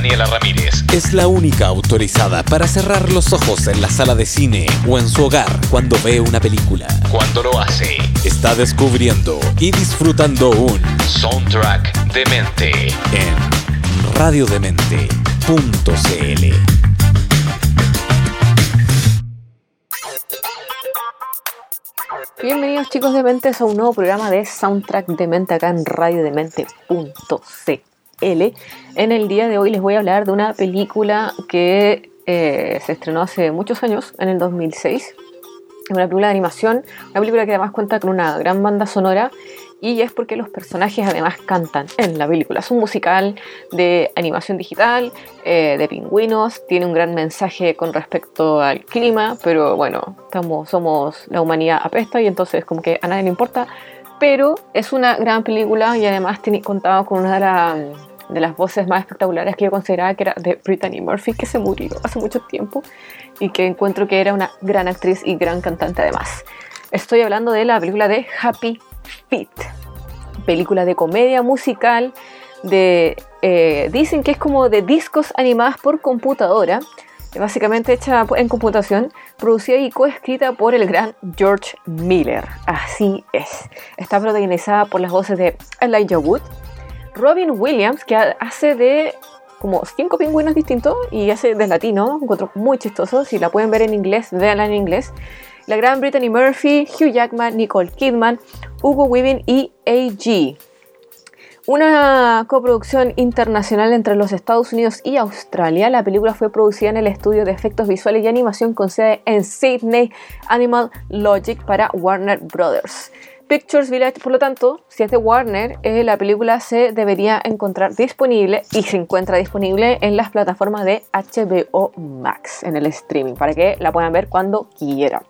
Daniela Ramírez. Es la única autorizada para cerrar los ojos en la sala de cine o en su hogar cuando ve una película. Cuando lo hace, está descubriendo y disfrutando un soundtrack demente en radiodemente.cl. Bienvenidos chicos de Mentes a un nuevo programa de Soundtrack Demente acá en radiodemente.cl. En el día de hoy les voy a hablar de una película que se estrenó hace muchos años, en el 2006. Es una película de animación, una película que además cuenta con una gran banda sonora, y es porque los personajes además cantan en la película. Es un musical de animación digital, de pingüinos, tiene un gran mensaje con respecto al clima, pero bueno, la humanidad apesta y entonces como que a nadie le importa, pero es una gran película y además contaba con una de las voces más espectaculares que yo consideraba, que era de Brittany Murphy, que se murió hace mucho tiempo y que encuentro que era una gran actriz y gran cantante además. Estoy hablando de la película de Happy Feet, película de comedia musical dicen que es como de discos animadas por computadora, básicamente hecha en computación, producida y coescrita por el gran George Miller. Así es. Está protagonizada por las voces de Elijah Wood, Robin Williams, que hace de como 5 pingüinos distintos y hace de latino, encuentro muy chistoso. Si la pueden ver en inglés, véanla en inglés. La gran Brittany Murphy, Hugh Jackman, Nicole Kidman, Hugo Weaving y A.G. Una coproducción internacional entre los Estados Unidos y Australia. La película fue producida en el estudio de efectos visuales y animación con sede en Sydney, Animal Logic, para Warner Brothers Pictures Village. Por lo tanto, si es de Warner, la película se debería encontrar disponible y se encuentra disponible en las plataformas de HBO Max, en el streaming, para que la puedan ver cuando quieran.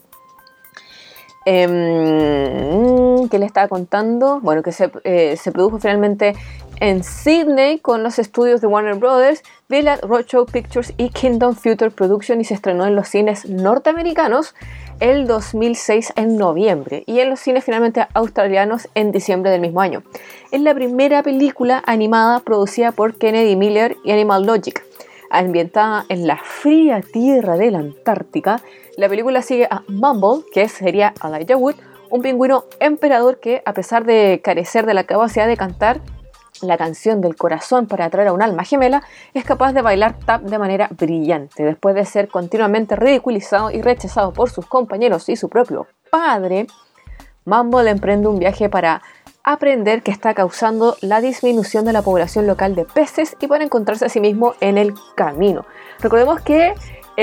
¿Qué le estaba contando? Bueno, que se produjo finalmente en Sydney con los estudios de Warner Brothers, Village Roadshow Pictures y Kingdom Future Production, y se estrenó en los cines norteamericanos el 2006 en noviembre y en los cines finalmente australianos en diciembre del mismo año. Es la primera película animada producida por Kennedy Miller y Animal Logic. Ambientada en la fría tierra de la Antártica, la película sigue a Mumble, que sería Elijah Wood, un pingüino emperador que, a pesar de carecer de la capacidad de cantar la canción del corazón para atraer a un alma gemela, es capaz de bailar tap de manera brillante. Después de ser continuamente ridiculizado y rechazado por sus compañeros y su propio padre, Mumble emprende un viaje para aprender qué está causando la disminución de la población local de peces y para encontrarse a sí mismo en el camino. Recordemos que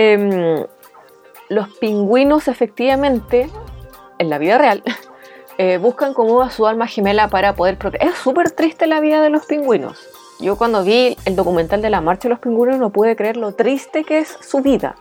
los pingüinos efectivamente, en la vida real, buscan como a su alma gemela para poder proteger. Es súper triste la vida de los pingüinos. Yo cuando vi el documental de la marcha de los pingüinos no pude creer lo triste que es su vida.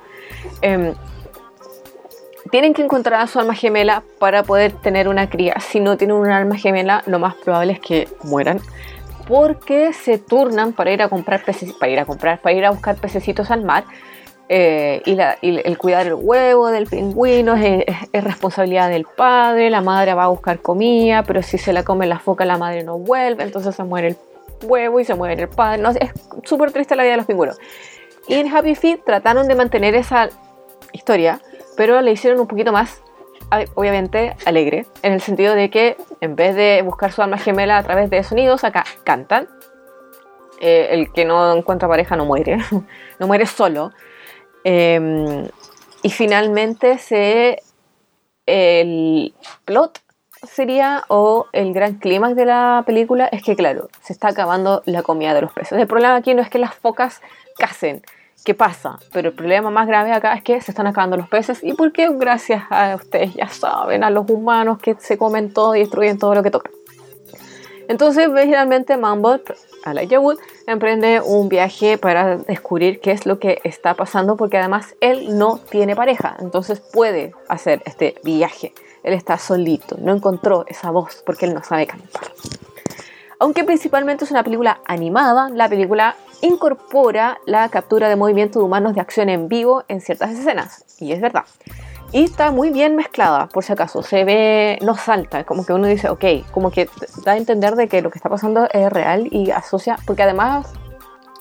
Tienen que encontrar a su alma gemela para poder tener una cría. Si no tienen una alma gemela, lo más probable es que mueran, porque se turnan para ir a comprar peces, para ir a buscar pececitos al mar. Y el cuidar el huevo del pingüino es responsabilidad del padre. La madre va a buscar comida, pero si se la come la foca, la madre no vuelve, entonces se muere el huevo y se muere el padre. No, es súper triste la vida de los pingüinos. Y en Happy Feet trataron de mantener esa historia, pero le hicieron un poquito más, obviamente, alegre, en el sentido de que en vez de buscar su alma gemela a través de sonidos, acá cantan. El que no encuentra pareja no muere, no muere solo. Y finalmente el plot sería, o el gran clímax de la película, es que claro, se está acabando la comida de los peces. El problema aquí no es que las focas cacen, ¿qué pasa? Pero el problema más grave acá es que se están acabando los peces, y porque gracias a ustedes ya saben, a los humanos que se comen todo y destruyen todo lo que tocan. Entonces finalmente Mumble, Elijah Wood, emprende un viaje para descubrir qué es lo que está pasando, porque además él no tiene pareja, entonces puede hacer este viaje. Él está solito, no encontró esa voz porque él no sabe cantar. Aunque principalmente es una película animada, la película incorpora la captura de movimientos de humanos de acción en vivo en ciertas escenas, y es verdad. Y está muy bien mezclada, por si acaso, se ve, no salta, como que uno dice, ok, como que da a entender de que lo que está pasando es real y asocia, porque además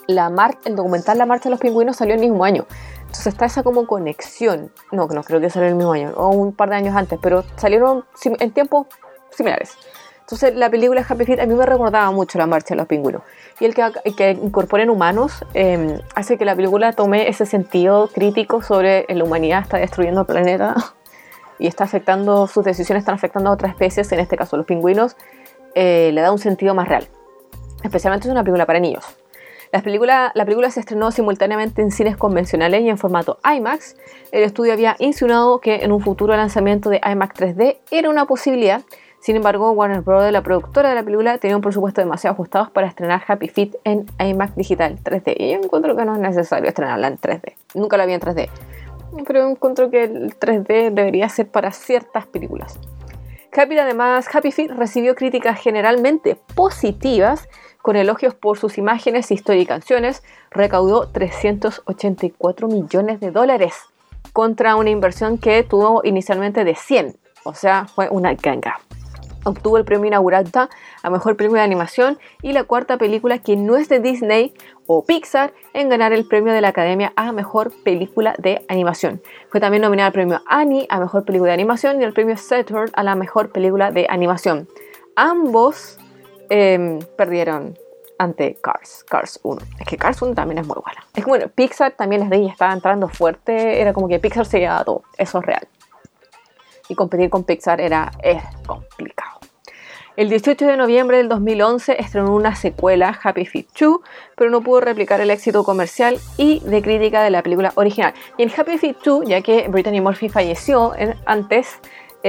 el documental La Marcha de los Pingüinos salió el mismo año. Entonces está esa como conexión. No creo que salió el mismo año, o un par de años antes, pero salieron en tiempos similares. Entonces la película Happy Feet a mí me recordaba mucho La Marcha de los Pingüinos. Y el que incorporen humanos hace que la película tome ese sentido crítico sobre la humanidad está destruyendo el planeta y está afectando, sus decisiones están afectando a otras especies, en este caso los pingüinos, le da un sentido más real. Especialmente es una película para niños. La película se estrenó simultáneamente en cines convencionales y en formato IMAX. El estudio había insinuado que en un futuro lanzamiento de IMAX 3D era una posibilidad. Sin embargo, Warner Bros., la productora de la película, tenía un presupuesto demasiado ajustado para estrenar Happy Feet en IMAX digital 3D. Y yo encuentro que no es necesario estrenarla en 3D. Nunca la vi en 3D. Pero encuentro que el 3D debería ser para ciertas películas. Happy Feet recibió críticas generalmente positivas, con elogios por sus imágenes, historia y canciones. Recaudó $384 millones contra una inversión que tuvo inicialmente de 100. O sea, fue una ganga. Obtuvo el premio inaugural a Mejor Película de Animación y la cuarta película que no es de Disney o Pixar en ganar el premio de la Academia a Mejor Película de Animación. Fue también nominada al premio Annie a Mejor Película de Animación y al premio Saturn a la Mejor Película de Animación. Ambos perdieron ante Cars 1. Es que Cars 1 también es muy buena. Es que bueno, Pixar también es de ella, estaba entrando fuerte, era como que Pixar se llevaba todo, eso es real. Y competir con Pixar es complicado. El 18 de noviembre del 2011 estrenó una secuela, Happy Feet 2, pero no pudo replicar el éxito comercial y de crítica de la película original. Y en Happy Feet 2, ya que Brittany Murphy falleció antes,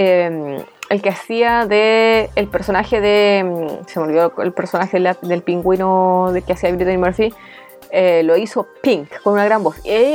el que hacía el personaje de... se me olvidó el personaje del pingüino que hacía Brittany Murphy, lo hizo Pink, con una gran voz.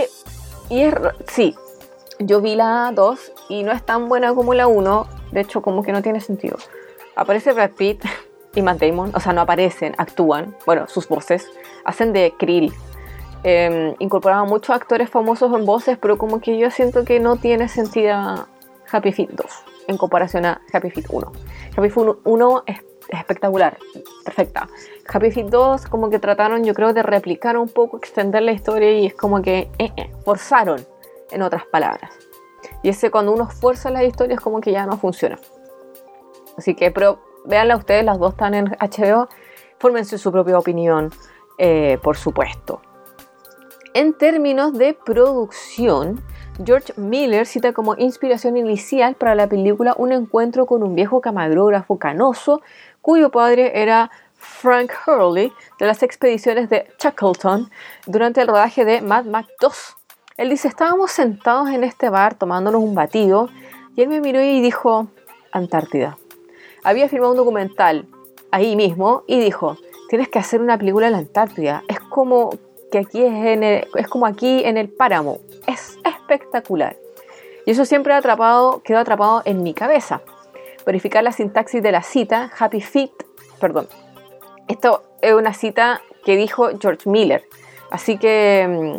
Sí, yo vi la 2 y no es tan buena como la 1, de hecho como que no tiene sentido. Aparece Brad Pitt y Matt Damon, o sea, no aparecen, actúan, bueno, sus voces, hacen de Krill. Incorporaban muchos actores famosos en voces, pero como que yo siento que no tiene sentido Happy Feet 2 en comparación a Happy Feet 1. Happy Feet 1 es espectacular, perfecta. Happy Feet 2 como que trataron, yo creo, de replicar un poco, extender la historia y es como que forzaron, en otras palabras. Y cuando uno fuerza las historias como que ya no funciona. Así que, pero véanla ustedes, las dos están en HBO, fórmense su propia opinión, por supuesto. En términos de producción, George Miller cita como inspiración inicial para la película un encuentro con un viejo camarógrafo canoso, cuyo padre era Frank Hurley, de las expediciones de Shackleton, durante el rodaje de Mad Max 2. Él dice, estábamos sentados en este bar tomándonos un batido, y él me miró y dijo, Antártida. Había filmado un documental ahí mismo y dijo, tienes que hacer una película en la Antártida. Es como que aquí es como aquí en el páramo. Es espectacular. Y eso siempre quedó atrapado en mi cabeza. Verificar la sintaxis de la cita, Happy Feet, perdón. Esto es una cita que dijo George Miller. Así que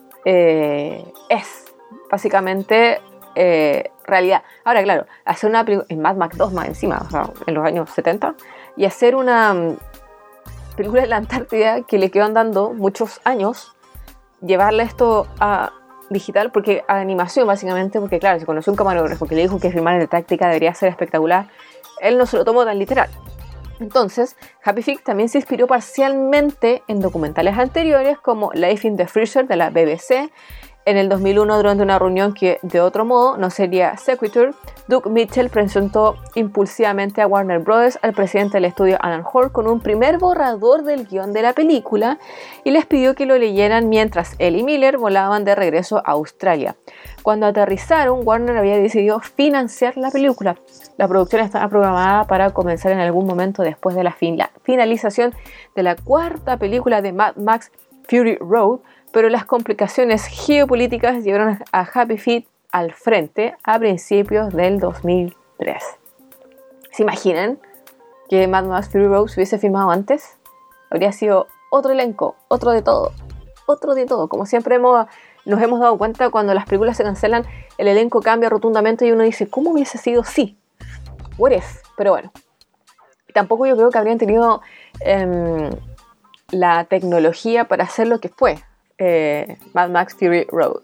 es básicamente realidad. Ahora, claro, hacer una película en Mad Max 2 más encima, o sea, en los años 70, y hacer una película en la Antártida que le quedan dando muchos años, llevarle esto a digital, porque a animación básicamente, porque claro, se conoció un camarógrafo que le dijo que filmar en la Antártica debería ser espectacular, él no se lo tomó tan literal. Entonces, Happy Feet también se inspiró parcialmente en documentales anteriores como Life in the Freezer de la BBC. En el 2001, durante una reunión que de otro modo no sería sequitur, Doug Mitchell presentó impulsivamente a Warner Bros. Al presidente del estudio Alan Hoare con un primer borrador del guión de la película y les pidió que lo leyeran mientras él y Miller volaban de regreso a Australia. Cuando aterrizaron, Warner había decidido financiar la película. La producción estaba programada para comenzar en algún momento después de la finalización de la cuarta película de Mad Max Fury Road, pero las complicaciones geopolíticas llevaron a Happy Feet al frente a principios del 2003. ¿Se imaginan que Mad Max Fury Road se hubiese filmado antes? Habría sido otro elenco, otro de todo. Como siempre nos hemos dado cuenta, cuando las películas se cancelan, el elenco cambia rotundamente y uno dice, ¿cómo hubiese sido si? What if? Pero bueno, tampoco yo creo que habrían tenido la tecnología para hacer lo que fue Mad Max Fury Road.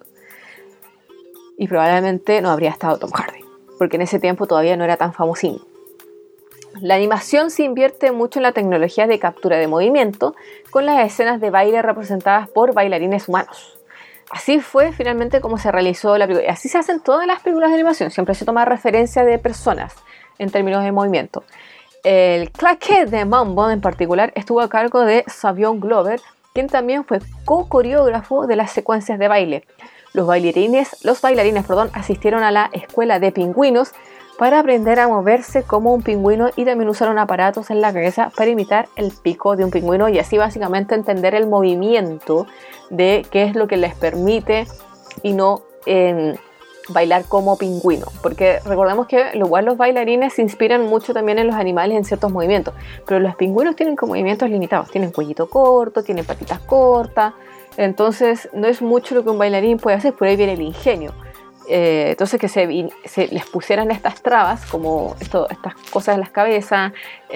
Y probablemente no habría estado Tom Hardy, porque en ese tiempo todavía no era tan famosín. La animación se invierte mucho en la tecnología de captura de movimiento, con las escenas de baile representadas por bailarines humanos. Así fue finalmente como se realizó la película. Así se hacen todas las películas de animación, siempre se toma referencia de personas en términos de movimiento. El claquet de Mambo en particular estuvo a cargo de Savion Glover, quien también fue co-coreógrafo de las secuencias de baile. Los bailarines, asistieron a la escuela de pingüinos para aprender a moverse como un pingüino y también usaron aparatos en la cabeza para imitar el pico de un pingüino y así básicamente entender el movimiento de qué es lo que les permite y no bailar como pingüino, porque recordemos que igual los bailarines se inspiran mucho también en los animales en ciertos movimientos, pero los pingüinos tienen movimientos limitados, tienen cuellito corto, tienen patitas cortas, entonces no es mucho lo que un bailarín puede hacer, por ahí viene el ingenio. Entonces que se les pusieran estas trabas, como estas cosas en las cabezas,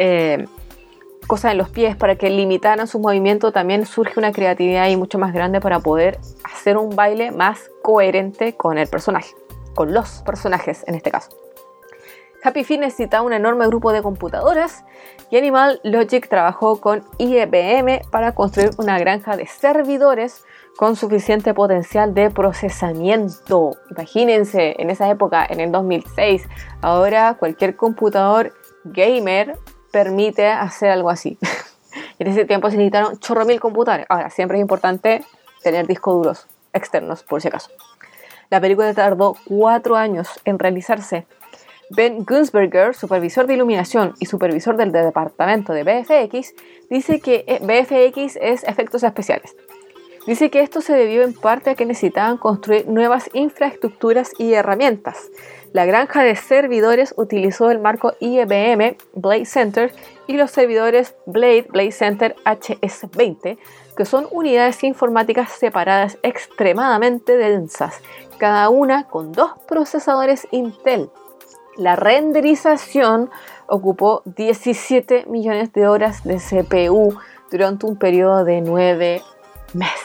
cosas en los pies, para que limitaran su movimiento, también surge una creatividad ahí mucho más grande para poder hacer un baile más coherente con el personaje, con los personajes en este caso. Happy Feet necesitaba un enorme grupo de computadoras y Animal Logic trabajó con IBM para construir una granja de servidores con suficiente potencial de procesamiento. Imagínense, en esa época, en el 2006, ahora cualquier computador gamer permite hacer algo así. En ese tiempo se necesitaron chorro mil computadores. Ahora, siempre es importante tener discos duros externos, por si acaso. La película tardó 4 años en realizarse. Ben Gunsberger, supervisor de iluminación y supervisor del departamento de VFX, dice que VFX es efectos especiales. Dice que esto se debió en parte a que necesitaban construir nuevas infraestructuras y herramientas. La granja de servidores utilizó el marco IBM Blade Center y los servidores Blade Center HS20, que son unidades informáticas separadas extremadamente densas, cada una con 2 procesadores Intel. La renderización ocupó 17 millones de horas de CPU durante un periodo de 9 meses.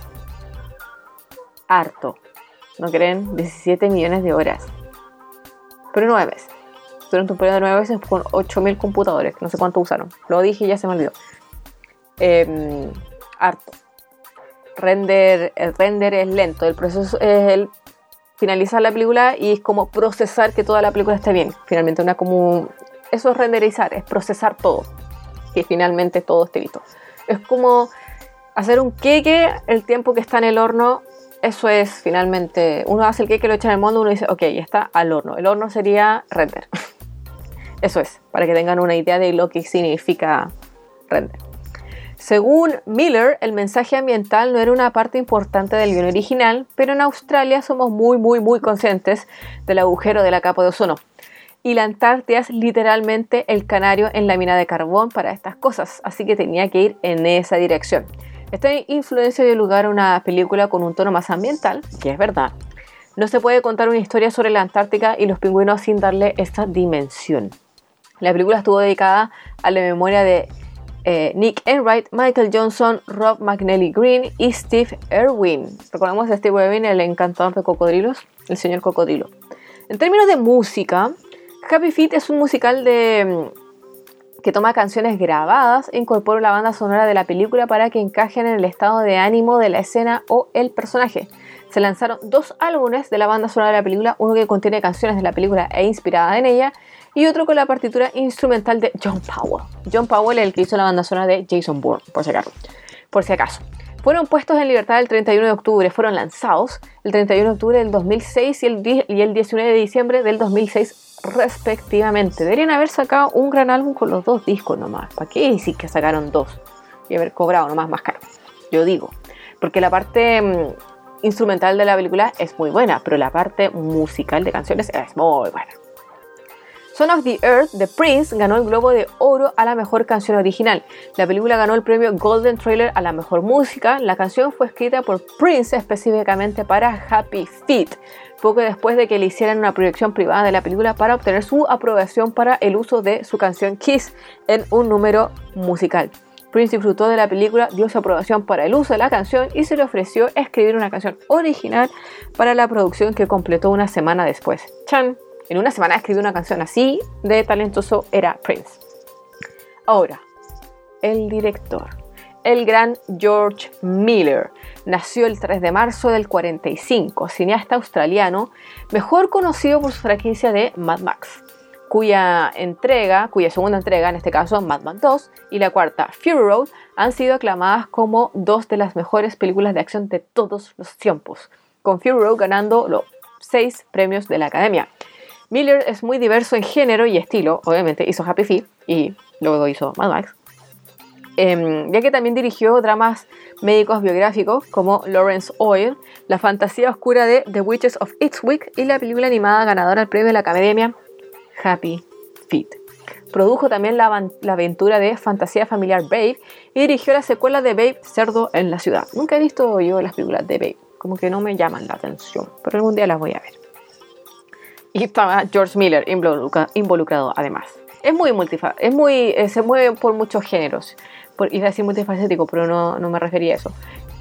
Harto, ¿no creen? 17 millones de horas. Pero 9 meses. Durante un periodo de 9 meses con 8.000 computadores, no sé cuánto usaron. Lo dije y ya se me olvidó. Harto. El render es lento. El proceso es el finalizar la película y es como procesar que toda la película esté bien. Finalmente eso es renderizar, es procesar todo. Que finalmente todo esté listo. Es como hacer un queque el tiempo que está en el horno. Eso es finalmente, uno hace el queque, lo echa en el molde, uno dice, ok, ya está al horno. El horno sería render. Eso es, para que tengan una idea de lo que significa render. Según Miller, el mensaje ambiental no era una parte importante del guion original, pero en Australia somos muy conscientes del agujero de la capa de ozono. Y la Antártida es literalmente el canario en la mina de carbón para estas cosas, así que tenía que ir en esa dirección. Esta influencia dio lugar a una película con un tono más ambiental, que es verdad. No se puede contar una historia sobre la Antártica y los pingüinos sin darle esta dimensión. La película estuvo dedicada a la memoria de Nick Enright, Michael Johnson, Rob McNally Green y Steve Irwin. Recordemos a Steve Irwin, el encantador de cocodrilos, el señor cocodrilo. En términos de música, Happy Feet es un musical que toma canciones grabadas e incorpora la banda sonora de la película para que encajen en el estado de ánimo de la escena o el personaje. Se lanzaron 2 álbumes de la banda sonora de la película, uno que contiene canciones de la película e inspirada en ella, y otro con la partitura instrumental de John Powell. John Powell es el que hizo la banda sonora de Jason Bourne, por si acaso. Fueron puestos en libertad el 31 de octubre, fueron lanzados el 31 de octubre del 2006 y el 19 de diciembre del 2006 respectivamente. Deberían haber sacado un gran álbum con los 2 discos nomás. ¿Para qué decir que sacaron 2? Y haber cobrado nomás más caro. Yo digo, porque la parte instrumental de la película es muy buena, pero la parte musical de canciones es muy buena. Son of the Earth de Prince ganó el Globo de Oro a la mejor canción original. La película ganó el premio Golden Trailer a la mejor música. La canción fue escrita por Prince específicamente para Happy Feet, poco después de que le hicieran una proyección privada de la película para obtener su aprobación para el uso de su canción Kiss en un número musical. Prince disfrutó de la película, dio su aprobación para el uso de la canción y se le ofreció escribir una canción original para la producción que completó una semana después. ¡Chan! En una semana escribió una canción así de talentoso era Prince. Ahora, el director, el gran George Miller, nació el 3 de marzo del 45, cineasta australiano, mejor conocido por su franquicia de Mad Max, cuya segunda entrega, en este caso Mad Max 2, y la cuarta, Fury Road, han sido aclamadas como dos de las mejores películas de acción de todos los tiempos, con Fury Road ganando los 6 premios de la Academia. Miller es muy diverso en género y estilo, obviamente hizo Happy Feet y luego hizo Mad Max, ya que también dirigió dramas médicos biográficos como Lawrence Oil, la fantasía oscura de The Witches of Eastwick y la película animada ganadora del premio de la Academia Happy Feet. Produjo también la aventura de fantasía familiar Babe y dirigió la secuela de Babe, Cerdo en la Ciudad. Nunca he visto yo las películas de Babe, como que no me llaman la atención, pero algún día las voy a ver. Y estaba George Miller involucrado además. Es muy se mueve por muchos géneros. Iba a decir multifacético, pero no me refería a eso.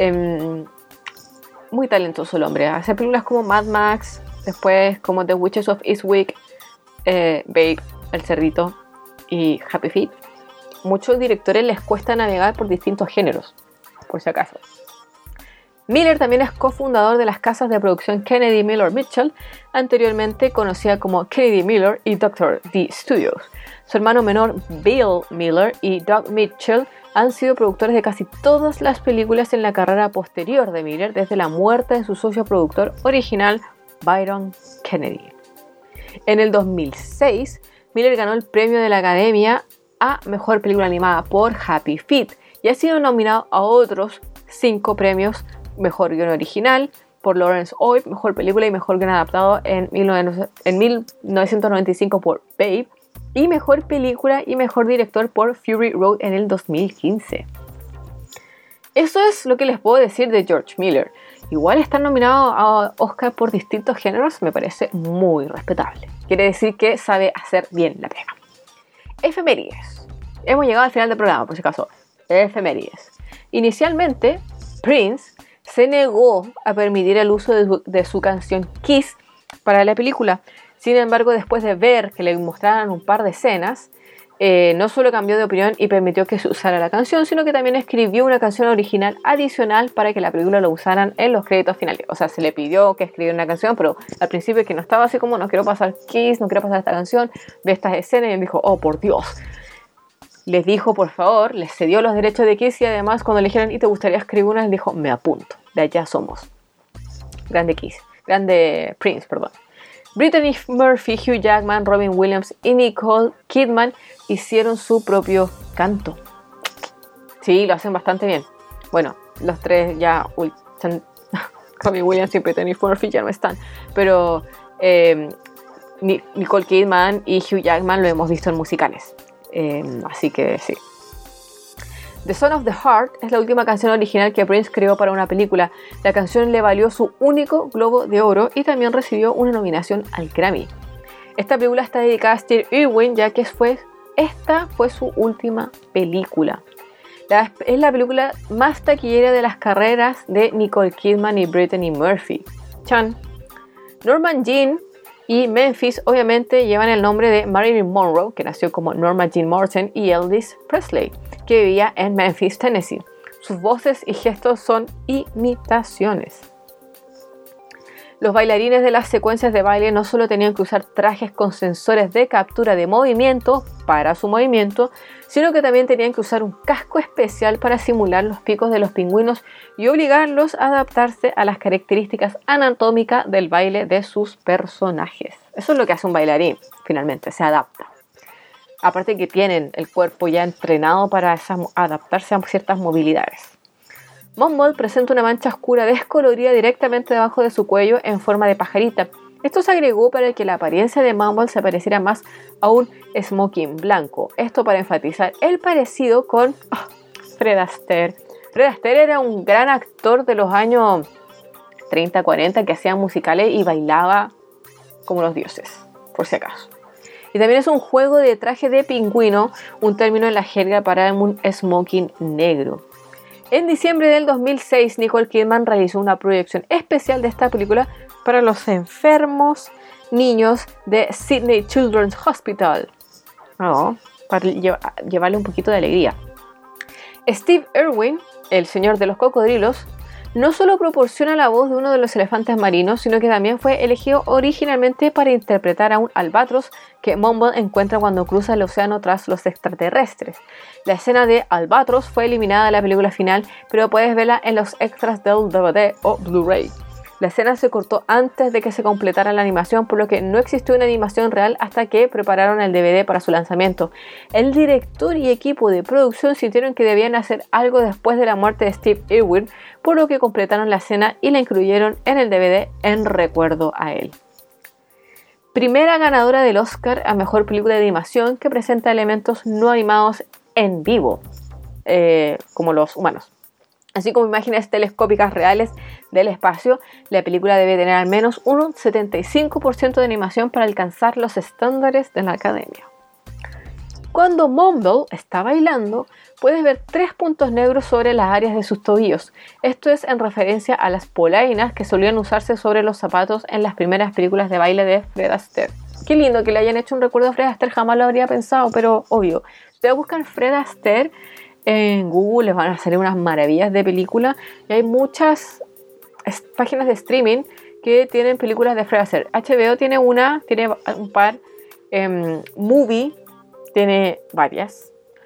Muy talentoso el hombre. Hace películas como Mad Max, después como The Witches of Eastwick, Babe, El Cerdito y Happy Feet. Muchos directores les cuesta navegar por distintos géneros, por si acaso. Miller también es cofundador de las casas de producción Kennedy Miller Mitchell, anteriormente conocida como Kennedy Miller y Dr. D Studios. Su hermano menor Bill Miller y Doug Mitchell han sido productores de casi todas las películas en la carrera posterior de Miller desde la muerte de su socio productor original Byron Kennedy. En el 2006, Miller ganó el premio de la Academia a Mejor Película Animada por Happy Feet y ha sido nominado a otros 5 premios: Mejor Guión Original por Lawrence Oil, Mejor Película y Mejor Guión Adaptado en 1995 por Babe, y Mejor Película y Mejor Director por Fury Road en el 2015. Eso es lo que les puedo decir de George Miller. Igual estar nominado a Oscar por distintos géneros me parece muy respetable. Quiere decir que sabe hacer bien la pega. Efemérides. Hemos llegado al final del programa, por si acaso. Efemérides. Inicialmente, Prince se negó a permitir el uso de su canción Kiss para la película. Sin embargo, después de ver que le mostraran un par de escenas, no solo cambió de opinión y permitió que se usara la canción, sino que también escribió una canción original adicional para que la película lo usaran en los créditos finales. O sea, se le pidió que escribiera una canción, pero al principio que no estaba así como, no quiero pasar Kiss, no quiero pasar esta canción, ve estas escenas, y él dijo, oh, por Dios. Les dijo, por favor, les cedió los derechos de Kiss y además cuando le dijeron, ¿y te gustaría escribir una? Les dijo, me apunto, de allá somos. Grande Prince, perdón. Brittany Murphy, Hugh Jackman, Robin Williams y Nicole Kidman hicieron su propio canto. Sí, lo hacen bastante bien. Bueno, los tres ya... Robin Williams y Brittany Murphy ya no están. Pero Nicole Kidman y Hugh Jackman lo hemos visto en musicales. Así que sí. The Son of the Heart es la última canción original que Prince creó para una película. La canción le valió su único Globo de Oro y también recibió una nominación al Grammy. Esta película está dedicada a Steve Irwin, ya que esta fue su última película. Es la película más taquillera de las carreras de Nicole Kidman y Brittany Murphy. Chan. Norma Jean y Memphis obviamente llevan el nombre de Marilyn Monroe, que nació como Norma Jean Martin, y Elvis Presley, que vivía en Memphis, Tennessee. Sus voces y gestos son imitaciones. Los bailarines de las secuencias de baile no solo tenían que usar trajes con sensores de captura de movimiento para su movimiento, sino que también tenían que usar un casco especial para simular los picos de los pingüinos y obligarlos a adaptarse a las características anatómicas del baile de sus personajes. Eso es lo que hace un bailarín, finalmente, se adapta. Aparte que tienen el cuerpo ya entrenado para adaptarse a ciertas movilidades. Mumble presenta una mancha oscura descolorida directamente debajo de su cuello en forma de pajarita. Esto se agregó para que la apariencia de Mumble se pareciera más a un smoking blanco. Esto para enfatizar el parecido con Fred Astaire. Fred Astaire era un gran actor de los años 30-40 que hacía musicales y bailaba como los dioses, por si acaso. Y también es un juego de traje de pingüino, un término en la jerga para un smoking negro. En diciembre del 2006, Nicole Kidman realizó una proyección especial de esta película para los enfermos niños de Sydney Children's Hospital. Para llevarle un poquito de alegría. Steve Irwin, el señor de los cocodrilos, no solo proporciona la voz de uno de los elefantes marinos, sino que también fue elegido originalmente para interpretar a un albatros que Mumble encuentra cuando cruza el océano tras los extraterrestres. La escena de albatros fue eliminada de la película final, pero puedes verla en los extras del DVD o Blu-ray. La escena se cortó antes de que se completara la animación, por lo que no existió una animación real hasta que prepararon el DVD para su lanzamiento. El director y equipo de producción sintieron que debían hacer algo después de la muerte de Steve Irwin, por lo que completaron la escena y la incluyeron en el DVD en recuerdo a él. Primera ganadora del Oscar a Mejor Película de Animación que presenta elementos no animados en vivo, como los humanos. Así como imágenes telescópicas reales del espacio, la película debe tener al menos un 75% de animación para alcanzar los estándares de la academia. Cuando Mumble está bailando, puedes ver 3 puntos negros sobre las áreas de sus tobillos. Esto es en referencia a las polainas que solían usarse sobre los zapatos en las primeras películas de baile de Fred Astaire. Qué lindo que le hayan hecho un recuerdo a Fred Astaire, jamás lo habría pensado, pero obvio. Si ustedes buscan Fred Astaire en Google, les van a salir unas maravillas de película y hay muchas páginas de streaming que tienen películas de Fred Astaire. HBO tiene una, tiene un par, Movie tiene varias,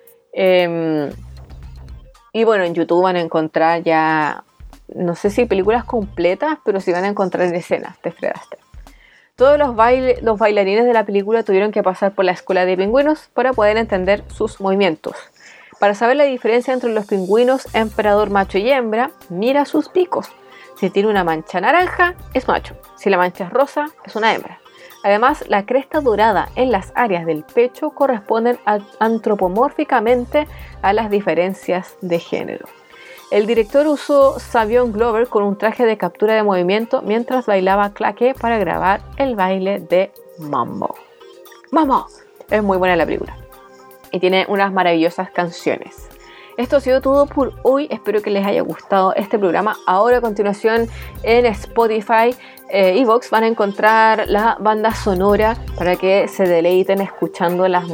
y bueno, en YouTube van a encontrar ya, no sé si películas completas, pero sí van a encontrar escenas de Fred Astaire. Todos los bailarines de la película tuvieron que pasar por la escuela de pingüinos para poder entender sus movimientos. Para saber la diferencia entre los pingüinos emperador macho y hembra, mira sus picos. Si tiene una mancha naranja, es macho. Si la mancha es rosa, es una hembra. Además, la cresta dorada en las áreas del pecho corresponden antropomórficamente a las diferencias de género. El director usó Savion Glover con un traje de captura de movimiento mientras bailaba claqué para grabar el baile de Mambo. ¡Mambo! Es muy buena la película y tiene unas maravillosas canciones. Esto ha sido todo por hoy, espero que les haya gustado este programa. Ahora a continuación en Spotify, iVoox van a encontrar la banda sonora para que se deleiten escuchando las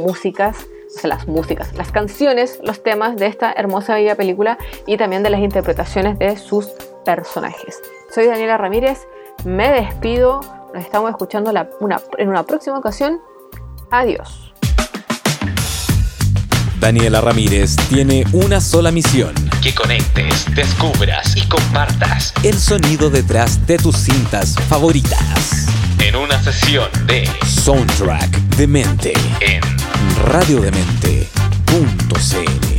canciones, los temas de esta hermosa bella película y también de las interpretaciones de sus personajes. Soy Daniela Ramírez, me despido, nos estamos escuchando en una próxima ocasión. Adiós. Daniela Ramírez tiene una sola misión: Que conectes, descubras y compartas el sonido detrás de tus cintas favoritas. en una sesión de Soundtrack Demente en radiodemente.cl.